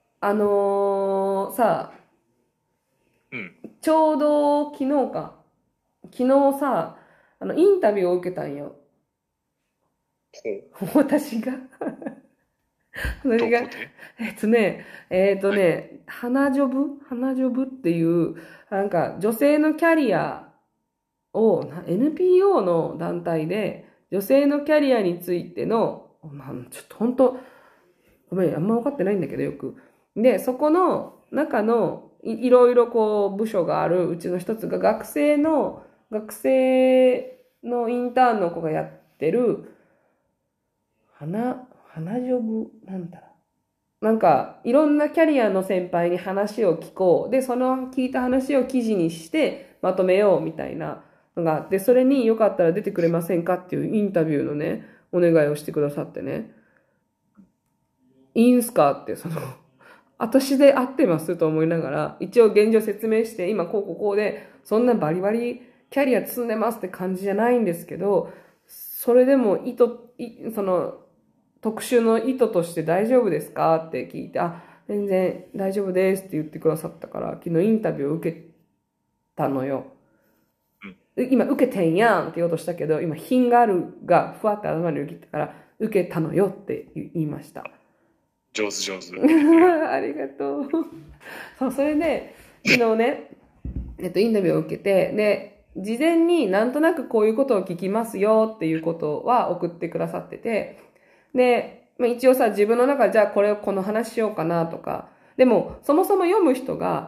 さ、 うん。 ちょうど昨日か。昨日さ、インタビューを受けたんよ。 ほう。 私が私が、 どこで？はい。 花ジョブっていう、なんか女性のキャリアを、NPO の団体で、女性のキャリアについての、ちょっと本当、ごめん、あんま分かってないんだけどよく。で、そこの中のいろいろこう部署があるうちの一つが学生のインターンの子がやってる、花ジョブ、なんだろう。なんか、いろんなキャリアの先輩に話を聞こう。で、その聞いた話を記事にしてまとめようみたいなのがあって、それによかったら出てくれませんかっていうインタビューのね、お願いをしてくださってね。いいんすかって、私で合ってますと思いながら、一応現状説明して、今こうで、そんなバリバリキャリア積んでますって感じじゃないんですけど、それでも特集の意図として大丈夫ですかって聞いて、全然大丈夫ですって言ってくださったから、昨日インタビューを受けたのよ。 うん。 今、受けてんやんって言おうとしたけど、今、品があるがふわって頭に浮きたから、受けたのよって言いました。 上手上手。 ありがとう。そう、それで、昨日ね、インタビューを受けて、で、事前になんとなくこういうことを聞きますよっていうことは送ってくださってて、で、一応さ、自分の中でじゃあこの話しようかなとか、でも、そもそも読む人が、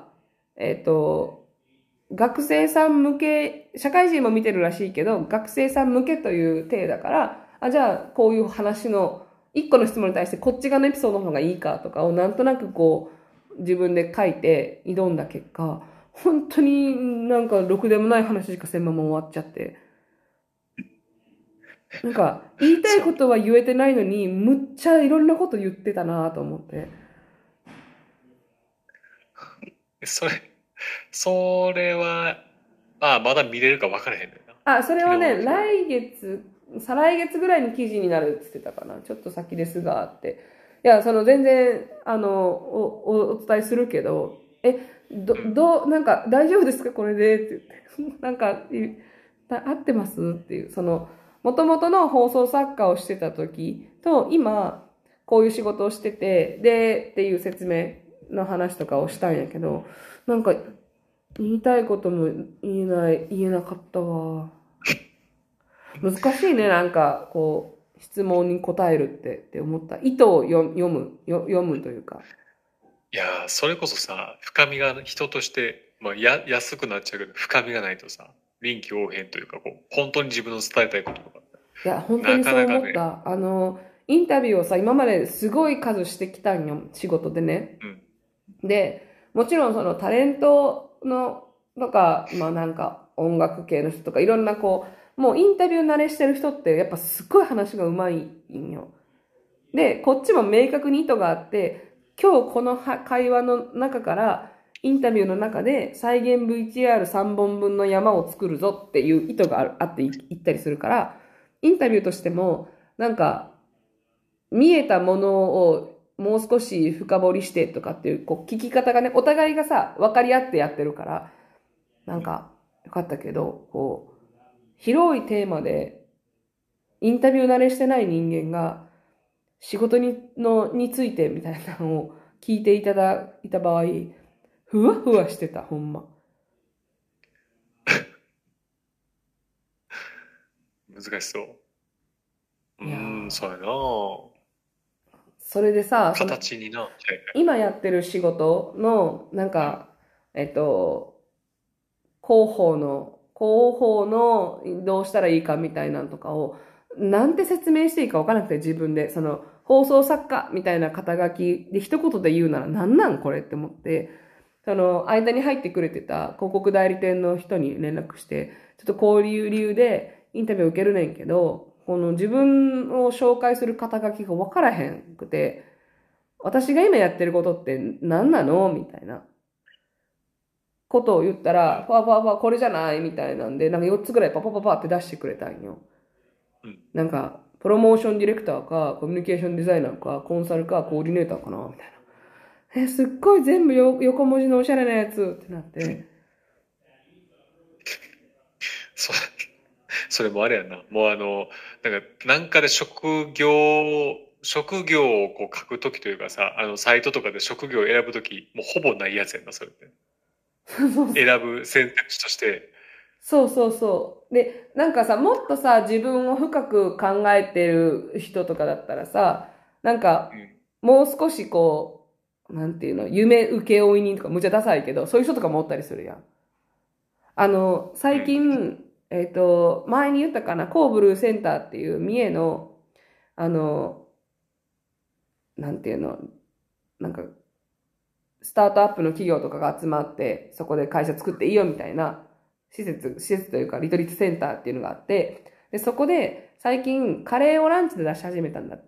学生さん向け、社会人も見てるらしいけど、学生さん向けという体だから、じゃあこういう話の、一個の質問に対してこっち側のエピソードの方がいいかとかをなんとなくこう、自分で書いて挑んだ結果、本当になんかろくでもない話しかせんまま終わっちゃって。なんか言いたいそう。 ことは言えてないのに、むっちゃいろんなこと言ってたなと思って。 それ、それは、まだ見れるか分からへんねんな。 それ昨日はね、 の今日。 再来月ぐらいに記事になるって言ってたかな。ちょっと先ですが、って。いや、全然、お伝えするけど、 うん。 なんか、大丈夫ですかこれでって言って。なんか、合ってますっていう、元々の放送作家をしてた時と、今、こういう仕事をしてて、で、っていう説明の話とかをしたんやけど、なんか、言いたいことも言えなかったわ。難しいね、なんか、こう、質問に答えるって思った。意図を読むというか。 いやー、それこそさ、深みが人として、安くなっちゃうけど、深みがないとさ、臨機応変というか、こう、本当に自分の伝えたいこととか、 いや、本当なかにそうなかね、 思った。インタビューをさ、今まですごい数してきたんよ、仕事でね。 うん、 で、もちろんそのタレントの、とか、なんか音楽系の人とか、いろんなこう、もうインタビュー慣れしてる人って、やっぱすっごい話がうまいんよ。で、こっちも明確に意図があって、今日この会話の中から、インタビューの中で再現 VTR3 本分の山を作るぞっていう意図があって言ったりするから、インタビューとしても、なんか、見えたものをもう少し深掘りしてとかっていう、こう、聞き方がね、お互いがさ、分かり合ってやってるから、なんか、よかったけど、こう、広いテーマで、インタビュー慣れしてない人間が、仕事についてみたいなのを聞いていた場合、ふわふわしてた、ほんま。 難しそう。 いやそうやな。 それでさ、 形にな。はいはい。 今やってる仕事の、なんか、広報のどうしたらいいかみたいなんとかを、 なんて説明していいか分からなくて自分で、その放送作家みたいな肩書きで一言で言うならなんなんこれって思って、その間に入ってくれてた広告代理店の人に連絡して、ちょっとこういう理由でインタビュー受けるねんけど、この自分を紹介する肩書きが分からへんくて、私が今やってることって何なのみたいなことを言ったら、ファーファーファーこれじゃないみたいなんで、なんか4つぐらいパパパパって出してくれたんよ。なんか、プロモーションディレクターか、コミュニケーションデザイナーか、コンサルか、コーディネーターかなみたいな。すっごい全部横文字のおしゃれなやつってなって。 そそれもあれやな。もうなんかで職業をこう書くときというかさ、サイトとかで職業を選ぶとき、もうほぼないやつやんな、それって。選ぶ選択肢として。 そうそうそう。で、なんかさ、もっとさ、自分を深く考えてる人とかだったらさ、なんか、もう少しこう、なんていうの、夢請負人とか、むちゃダサいけど、そういう人とかもおったりするやん。最近、前に言ったかな、コーブルーセンターっていう三重の、あの、なんていうの、なんか、スタートアップの企業とかが集まって、そこで会社作っていいよみたいな施設というか、リトリートセンターっていうのがあって、で、そこで最近カレーをランチで出し始めたんだって。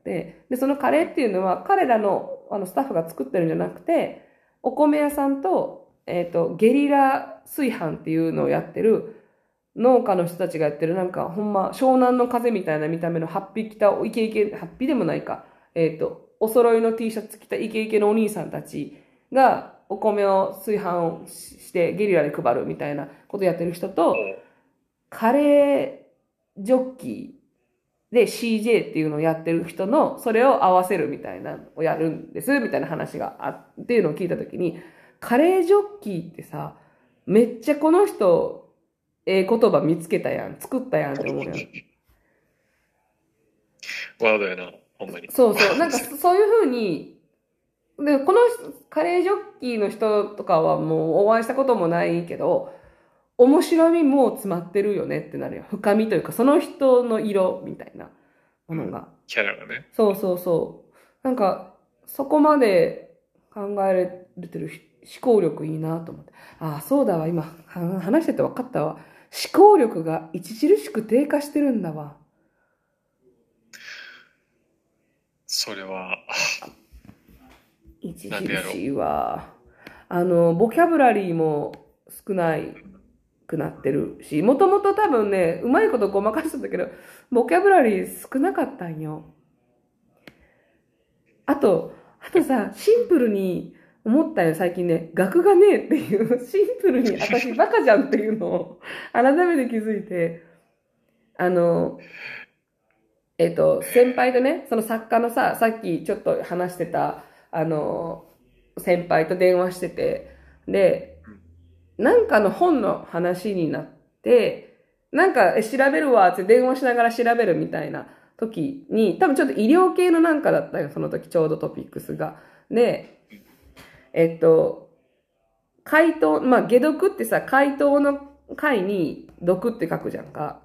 で、そのカレーっていうのは彼らのスタッフが作ってるんじゃなくて、お米屋さんと、ゲリラ炊飯っていうのをやってる農家の人たちがやってるなんかほんま湘南の風みたいな見た目のハッピー着たイケイケ、ハッピーでもないか、お揃いの T シャツ着たイケイケのお兄さんたちがお米を炊飯をしてゲリラで配るみたいなことやってる人と、カレージョッキーで CJ っていうのをやってる人のそれを合わせるみたいなのをやるんですみたいな話があっていうのを聞いたときに、カレージョッキーってさ、めっちゃこの人言葉見つけたやん、作ったやんって思うやん。 ワードやな、ほんまに。 そうそう、なんかそういうふうに、で、このカレージョッキーの人とかはもうお会いしたこともないけど、面白みも詰まってるよねってなるよ。深みというか、その人の色みたいなものが。 キャラがね。 そうそうそう。なんか、そこまで考えられてる思考力いいなと思って。ああ、そうだわ。今、話してて分かったわ。思考力が著しく低下してるんだわ。 それは、 著しいわ。ボキャブラリーも少ないくなってるし、もともと多分ね、うまいことごまかしてたけど、ボキャブラリー少なかったんよ。あとさ、シンプルに思ったよ、最近ね、学がねえっていう、シンプルに私バカじゃんっていうのを改めて気づいて、先輩とね、その作家のさっきちょっと話してた、先輩と電話してて、で、なんかの本の話になって、なんか調べるわって電話しながら調べるみたいな時に、多分ちょっと医療系のなんかだったよ、その時ちょうどトピックスが。で、解凍、まあ、解毒ってさ、解凍の解に毒って書くじゃんか。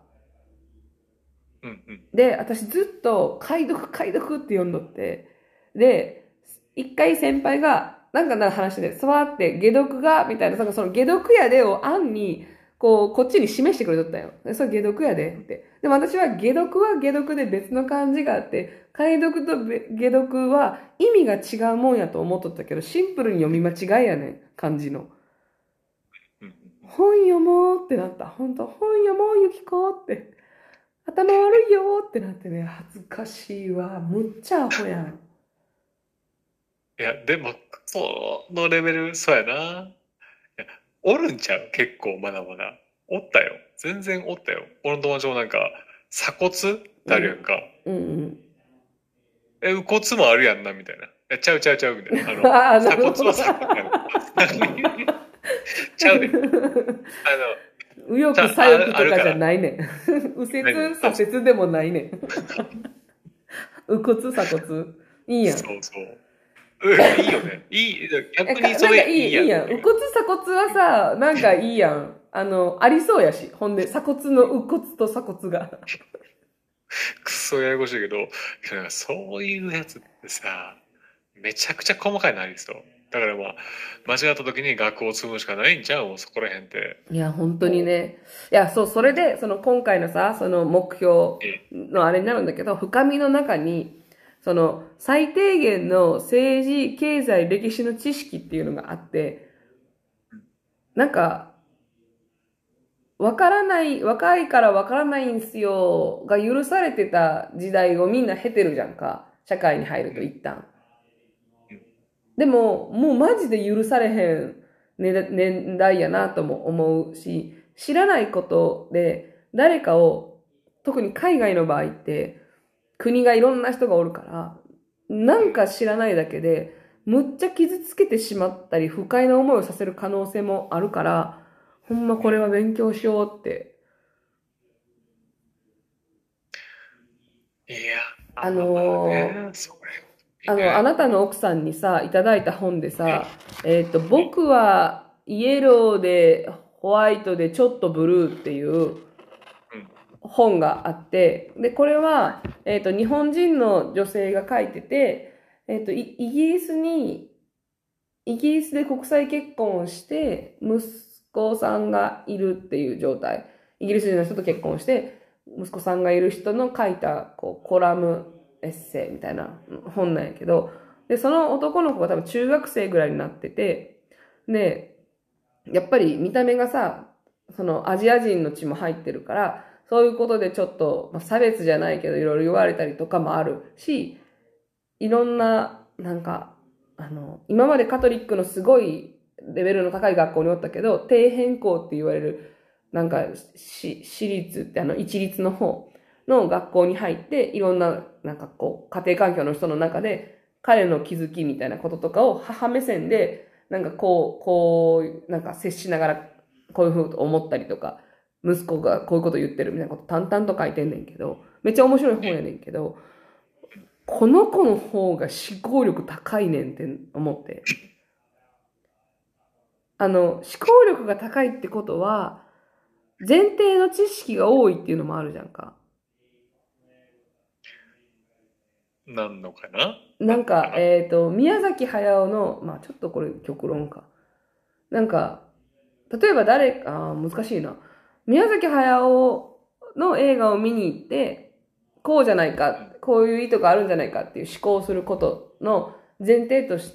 で、私ずっと解読って読んどって、で、一回先輩が、なんかの話で、座って、解毒が、みたいな、その解毒やでを案に、こっちに示してくれとったよ。それ解毒やでって。でも私は解毒は解毒で別の漢字があって、解読と解読は意味が違うもんやと思っとったけど、シンプルに読み間違いやねん、漢字の。本読もうってなった。本当本読もう、ゆきこって。頭悪いよってなってね、恥ずかしいわ。むっちゃアホやん。 いや、でも、そのレベル、そうやな。いや、おるんちゃう結構、まだまだ。おったよ。全然おったよ。俺の友達もなんか、鎖骨ってあるやんか。右骨もあるやんな、みたいな。ちゃう、みたいな。鎖骨は鎖骨やん。ちゃうで。 右翼左翼とかじゃないねん。右折左折でもないねん。右骨鎖骨。いいやん。 そうそう。いいよね。逆にそれいいやん。 いいやん。右骨鎖骨はさ、なんかいいやん。ありそうやし。ほんで、鎖骨の右骨と鎖骨が。 くそややこしいけど、なんかそういうやつってさ、めちゃくちゃ細かいのありそう。だからまあ、間違った時に学校を積むしかないんちゃうもうそこら辺って。 いや、本当にもね。いや、そう、それで、その今回のさ、その目標う、 のあれになるんだけど、深みの中に、その最低限の政治、経済、歴史の知識っていうのがあって、なんか、わからない、若いからわからないんすよ、が許されてた時代をみんな経てるじゃんか。社会に入ると一旦。でも、もうマジで許されへん年代やなとも思うし、知らないことで誰かを、特に海外の場合って、国がいろんな人がおるから、なんか知らないだけで、むっちゃ傷つけてしまったり、不快な思いをさせる可能性もあるから、ほんまこれは勉強しようって。 いや、 あまあのね、それあね。 なたの奥さんにさ、いただいた本でさ、僕はイエローでホワイトでちょっとブルーっていううん、 本があって、で、これは、日本人の女性が書いてて、イギリスに、イギリスで国際結婚をして、息子さんがいるっていう状態。イギリス人の人と結婚して、息子さんがいる人の書いた、こう、コラム、エッセイみたいな本なんやけど、で、その男の子が多分中学生ぐらいになってて、で、やっぱり見た目がさ、そのアジア人の血も入ってるから、そういうことでちょっと、まあ、差別じゃないけどいろいろ言われたりとかもあるし、いろんな、なんか、今までカトリックのすごいレベルの高い学校におったけど、底辺校って言われる、なんか、私立って一律の方の学校に入って、いろんな、なんかこう、家庭環境の人の中で、彼の気づきみたいなこととかを母目線で、なんかなんか接しながら、こういうふうと思ったりとか、息子がこういうこと言ってるみたいなこと淡々と書いてんねんけど、めっちゃ面白い本やねんけど、この子の方が思考力高いねんって思って。思考力が高いってことは、前提の知識が多いっていうのもあるじゃんか。 なんのかななんか、 なんのかな。 宮崎駿の、まあちょっとこれ極論か。なんか、例えば難しいな。宮崎駿の映画を見に行って、こうじゃないか、 うん、 こういう意図があるんじゃないかっていう思考をすることの前提として、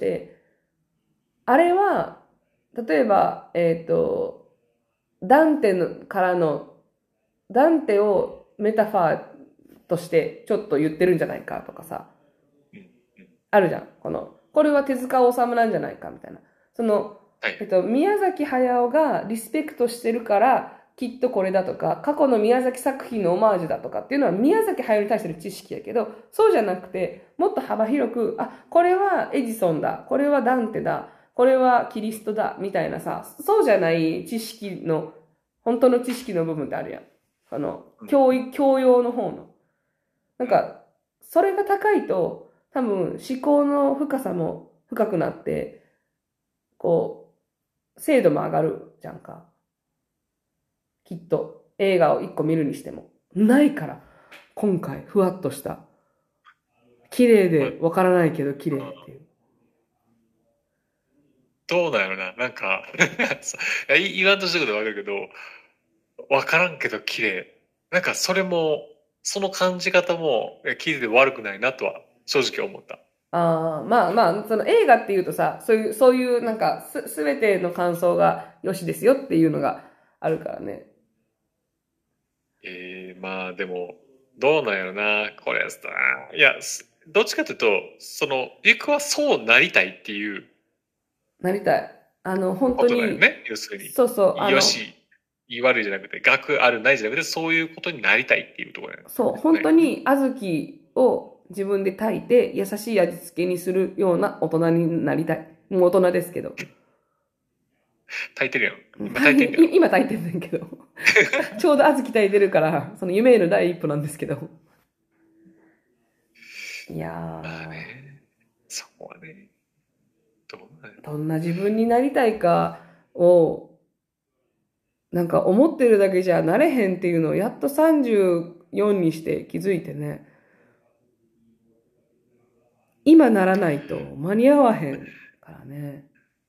あれは、例えば、ダンテのからの、ダンテをメタファーとしてちょっと言ってるんじゃないかとかさ、 うん、うん。 あるじゃん。これは手塚治虫なんじゃないかみたいな。 はい。 宮崎駿がリスペクトしてるから、きっとこれだとか、過去の宮崎作品のオマージュだとかっていうのは宮崎駿に対する知識やけど、そうじゃなくて、もっと幅広く、あ、これはエジソンだ、これはダンテだ、これはキリストだ、みたいなさ、そうじゃない知識の、本当の知識の部分ってあるやん。 うん、 教養の方の。なんうん。 か、それが高いと、多分思考の深さも深くなって、こ精度も上がるじゃんか。きっと。映画を一個見るにしても。ないから。今回、ふわっとした。綺麗まあ、 でわからないけど綺麗っていう。 どうなんやろな。なんか言わんとしたことわかるけど、わからんけど綺麗。なんかそれも、その感じ方も、聞いてて悪くないなとは、正直思った。 ああ、まあまあ、その映画っていうとさ、そういうなんかすべての感想がよしですよっていうのがあるからね。 まあでも、どうなんやろな、これさ。いや、どっちかというと、ゆくはそうなりたいっていうなりたい。本こ当に、 とだよね。要するに。 そうそう、 よし、言い悪いじゃなくて、学あるないじゃなくて、そういうことになりたいっていうところだよそう、本当ね。 に小豆を自分で炊いて優しい味付けにするような大人になりたい。もう大人ですけど。 炊いてるやん。今大変、 炊いてんだよ。 今炊いてるんだけど。ちょうど小豆炊いてるから、その夢への第一歩なんですけど。いやまあー、 ね。そこはね。どうなんやろ。 どんな自分になりたいかを、なんか思ってるだけじゃなれへんっていうのをやっと30 4にして気づいてね。今ならないと間に合わへんからね。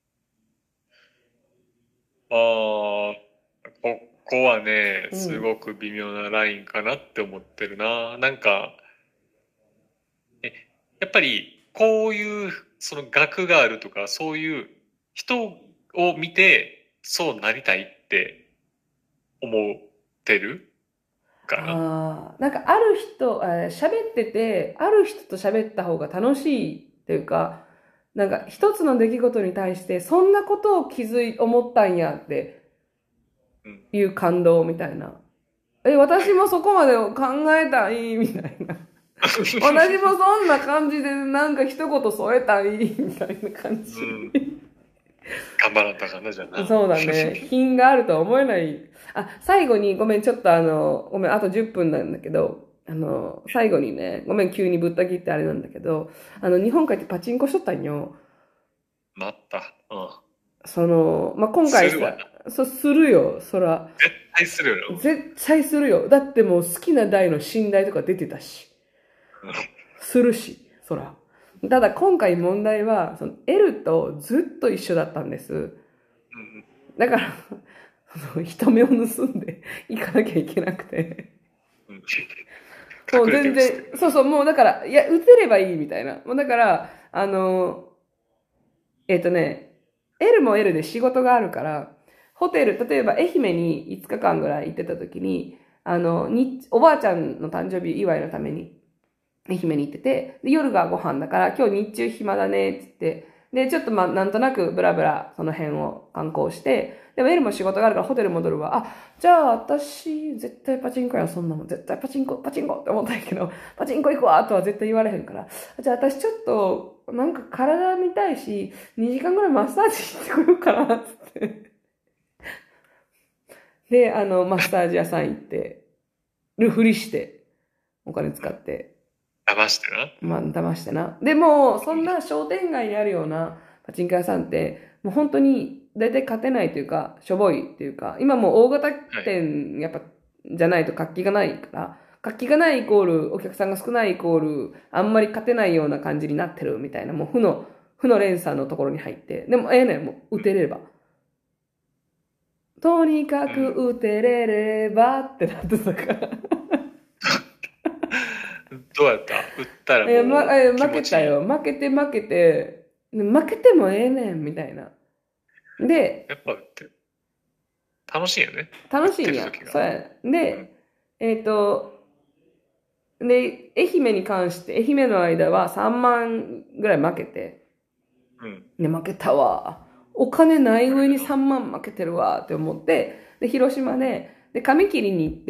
ああ、ここはね、すうん。 ごく微妙なラインかなって思ってるな。なんか、え、やっぱり、こういう、その学があるとか、そういう人を見て、そうなりたいって思ってるかな。 ああ、なんかある人、喋ってて、ある人と喋った方が楽しいっていうか、なんか一つの出来事に対して、そんなことを思ったんやってうん。 いう感動みたいな。私もそこまで考えたいみたいな。私もそんな感じでなんか一言添えたいみたいな感じ。 うん。頑張らんとあかんな、じゃあな。 そうだね。品があるとは思えない。あ、最後に、ごめん、ちょっとごめん、あと10分なんだけど、最後にね、ごめん、急にぶった切ってあれなんだけど、日本帰ってパチンコしとったんよ。 なった。うん。 まあ、今回さ、 するわな。 するよ、そら。 絶対するよ絶対するよ。だってもう好きな台の寝台とか出てたし。 な。 するし、そら。ただ今回問題は、L とずっと一緒だったんです。 うん。 だから、人目を盗んで行かなきゃいけなくて。 うん。 もう隠れて全然、 映ってるな。 そうそう、もうだから、いや、打てればいいみたいな。もうだから、L も L で仕事があるから、ホテル、例えば愛媛に5日間ぐらい行ってた時に、おばあちゃんの誕生日祝いのために愛媛に行ってて、で、夜がご飯だから、今日日中暇だね、って言って、で、ちょっとまあ、なんとなくブラブラ、その辺を観光して、でもエルも仕事があるからホテル戻るわ。あ、じゃあ私、絶対パチンコやん、そんなもん。絶対パチンコ、パチンコって思ったんやけど、パチンコ行くわ、とは絶対言われへんから。じゃあ私ちょっと、なんか体見たいし、2時間ぐらいマッサージしてこようかな、つって。で、マッサージ屋さん行って、るふりして、お金使って、 騙してな。 まあ、騙してな。でも、そんな商店街にあるようなパチンコ屋さんって、もう本当に大体勝てないというか、しょぼいっていうか、今もう大型はい。 店、やっぱ、じゃないと活気がないから、活気がないイコール、お客さんが少ないイコール、あんまり勝てないような感じになってるみたいな、もう負の連鎖のところに入って、でもええねん、もう打てれれば。とにかくうん。 打てれればってなってたから。 どうやった打ったらもう気負持ちいい。 けたよ。負けて、負けてもええねん、みたいな。で、 やっぱ楽しいよね。打っ楽しいんや。 てる時が。 そうや。 うん。 で、愛媛に関して、愛媛の間は3万ぐらい負けて、 うん。 ね、負けたわ。お金ない上にあれな。 3万負けてるわって思って、で、広島で髪切りに行って、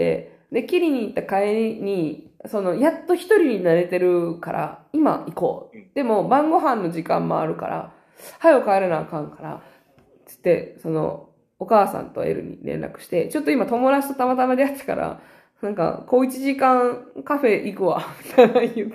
で、切りに行った帰りに、やっと一人になれてるから、今行こうん。 う。でも、晩ご飯の時間もあるから、早く帰らなあかんから、つって、お母さんとエルに連絡して、ちょっと今友達とたまたま出会ってから、なんか、小一時間カフェ行くわ、みたいな言って、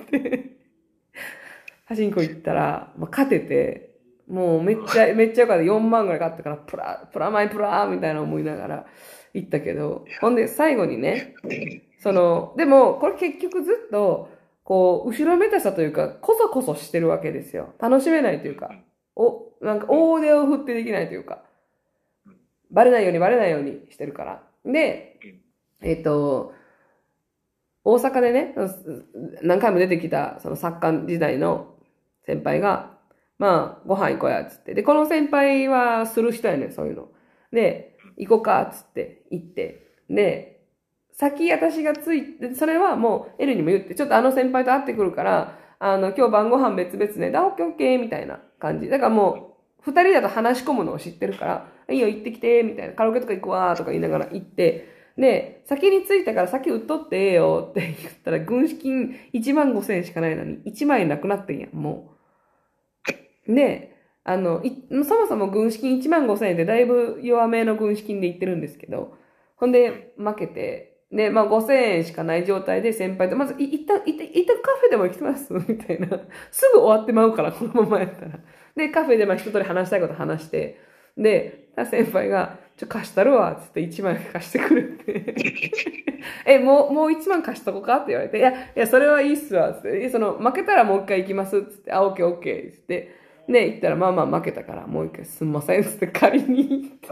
パチンコ行ったら、まあ、勝てて、もうめっちゃよかった。4万ぐらい買ったから、プラマイプラみたいな思いながら行ったけど、ほんで最後にね、でも、これ結局ずっと、こう、後ろめたさというか、こそこそしてるわけですよ。楽しめないというか、 うん。 なんかうん。 大腕を振ってできないというか、 うん。 バレないようにしてるから。で、 うん。 えっと、大阪でね、何回も出てきた、その作家時代の先輩が、まあ、ご飯行こうや、つって。で、この先輩はする人やねん、そういうの。で、行こうか、つって行って。で、先私がついて、それはもう L にも言って、ちょっとあの先輩と会ってくるから、今日晩ご飯別々ね、オッケーオッケーみたいな感じ。だからもう、二人だと話し込むのを知ってるから、いいよ行ってきて、みたいな。カラオケとか行くわ、とか言いながら行って、で、先に着いたから先売っとってええよって言ったら、軍資金1万5千円しかないのに、1万円なくなってんやん、もう。で、そもそも軍資金1万5千円でだいぶ弱めの軍資金で行ってるんですけど、ほんうん。 で、負けて、で、まあ5千円しかない状態で先輩と、まず一旦カフェでも行きますみたいな。すぐ終わってまうから、このままやったら。で、カフェでまあ一通り話したいこと話して、 で、先輩が、貸したるわ、つって1万円貸してくれて。もう1万貸しとこうかって言われて、いや、それはいいっすわ、つって。負けたらもう一回行きます、つって。オッケーオッケー、つって。で、行ったら、まあまあ負けたから、もう一回すんません、つって借りに行って。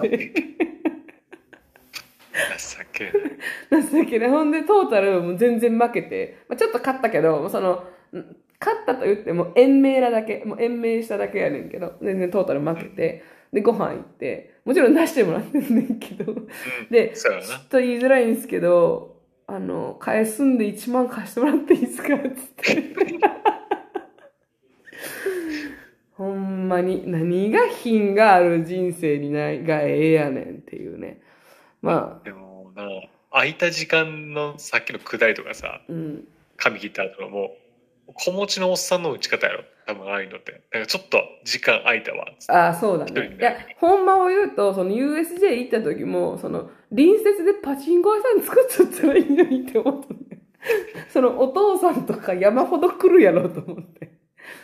情けない。 情けない。ほんで、トータルもう全然負けて、ちょっと勝ったけど、勝ったと言っても、延命なだけ、もう延命しただけやねんけど、全然トータル負けて、で、ご飯行って、もちろん出してもらってんねんけど、で、 そうやな。 ちょっと言いづらいんですけど、返すんで1万貸してもらっていいですかつって。ほんまに、何が品がある人生にないがええやねんっていうね。まあ、 でもな、空いた時間のさっきの下りとかさ、髪切った後のもう、子持ちのおっさんの打ち方やろ。多分ああいうのって。だからちょっと時間空いたわ。 ああ、そうだね。いや、ほんまを言うと、USJ 行った時も、隣接でパチンコ屋さん作っちゃったらいいのにって思ったね。お父さんとか山ほど来るやろと思って。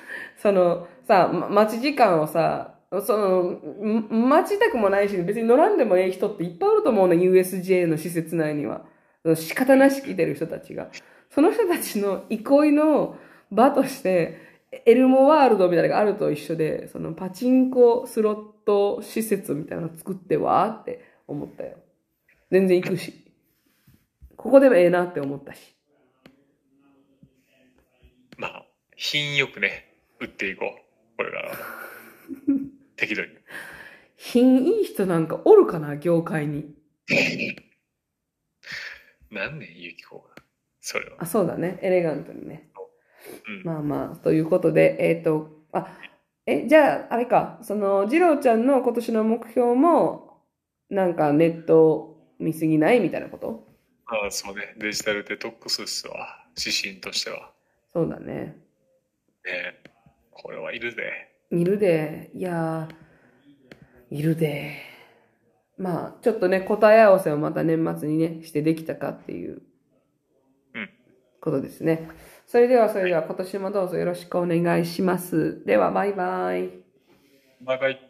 待ち時間をさ、待ちたくもないし、別に乗らんでもええ人っていっぱいおると思うね、USJ の施設内には。仕方なし来てる人たちが。その人たちの憩いの場として、エルモワールドみたいなのがあると一緒で、パチンコスロット施設みたいなの作ってわーって思ったよ。全然行くし。ここでもええなって思ったし。 まあ、品よくね、売っていこう。これからは。適度に。 品いい人なんかおるかな、業界に。 なんねん、ゆきこが。それは。 あ、そうだね。エレガントにね。 うん。 まあまあ、ということで、じゃあ、あれか、次郎ちゃんの今年の目標も、なんかネット見すぎないみたいなこと？ ああ、そうね。デジタルデトックスっすわ。指針としては。 そうだね。 ね、これはいるぜ。 いるで、いやー、いるで。まあ、ちょっとね、答え合わせをまた年末にね、してできたかっていううん。 ことですね。それでは今年もどうぞよろしくお願いします。では、バイバイ。 バイバイ。